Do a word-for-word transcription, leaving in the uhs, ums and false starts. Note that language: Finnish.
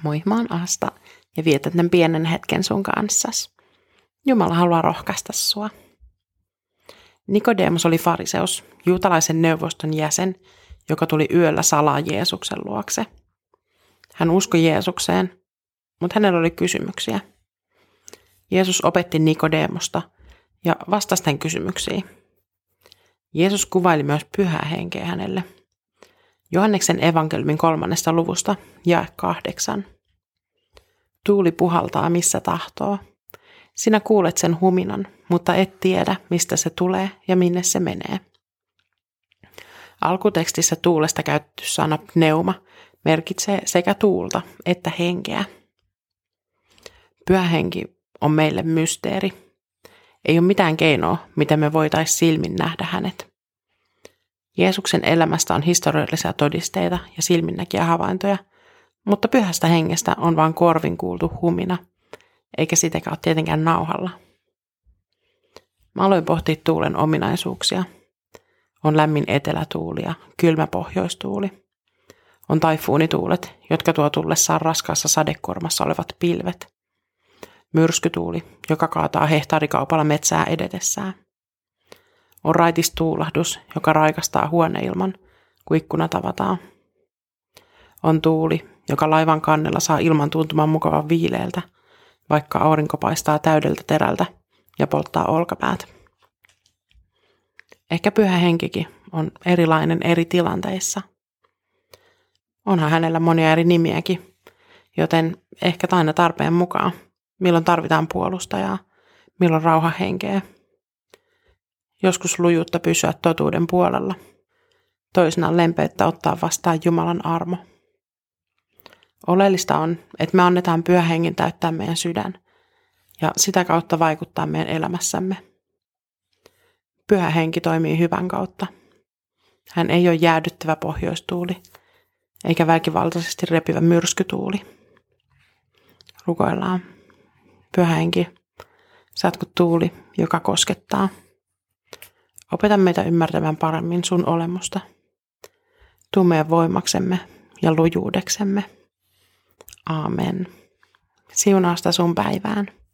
Moi, mä oon Asta ja vietän tämän pienen hetken sun kanssas. Jumala haluaa rohkaista sua. Nikodemus oli fariseus, juutalaisen neuvoston jäsen, joka tuli yöllä salaa Jeesuksen luokse. Hän uskoi Jeesukseen, mutta hänellä oli kysymyksiä. Jeesus opetti Nikodemusta ja vastasi tämän kysymyksiin. Jeesus kuvaili myös pyhää henkeä hänelle. Johanneksen evankeliumin kolmannesta luvusta jae kahdeksan. Tuuli puhaltaa missä tahtoo. Sinä kuulet sen huminan, mutta et tiedä, mistä se tulee ja minne se menee. Alkutekstissä tuulesta käytetty sana pneuma merkitsee sekä tuulta että henkeä. Pyhä henki on meille mysteeri. Ei ole mitään keinoa, miten me voitaisiin silmin nähdä hänet. Jeesuksen elämästä on historiallisia todisteita ja silminnäkiä havaintoja, mutta pyhästä hengestä on vain korvin kuultu humina, eikä sitäkään ole tietenkään nauhalla. Mä aloin pohtia tuulen ominaisuuksia. On lämmin etelätuuli ja kylmä pohjoistuuli. On taifuunituulet, jotka tuo tullessaan raskaassa sadekuormassa olevat pilvet. Myrskytuuli, joka kaataa hehtaarikaupalla metsää edetessään. On raitistuulahdus, joka raikastaa huoneilman, kun ikkunat avataan. On tuuli, joka laivan kannella saa ilman tuntumaan mukavan viileältä, vaikka aurinko paistaa täydeltä terältä ja polttaa olkapäät. Ehkä pyhä henkikin on erilainen eri tilanteissa. Onhan hänellä monia eri nimiäkin, joten ehkä aina tarpeen mukaan, milloin tarvitaan puolustajaa, milloin rauha henkeä. Joskus lujuutta pysyä totuuden puolella. Toisinaan lempeyttä ottaa vastaan Jumalan armo. Oleellista on, että me annetaan pyhä hengen täyttää meidän sydän ja sitä kautta vaikuttaa meidän elämässämme. Pyhä henki toimii hyvän kautta. Hän ei ole jäädyttävä pohjoistuuli eikä väkivaltaisesti repivä myrskytuuli. Rukoillaan. Pyhä henki, sä oot kuin tuuli, joka koskettaa. Opeta meitä ymmärtämään paremmin sun olemusta. Tuu meidän voimaksemme ja lujuudeksemme. Aamen. Siunausta sun päivään.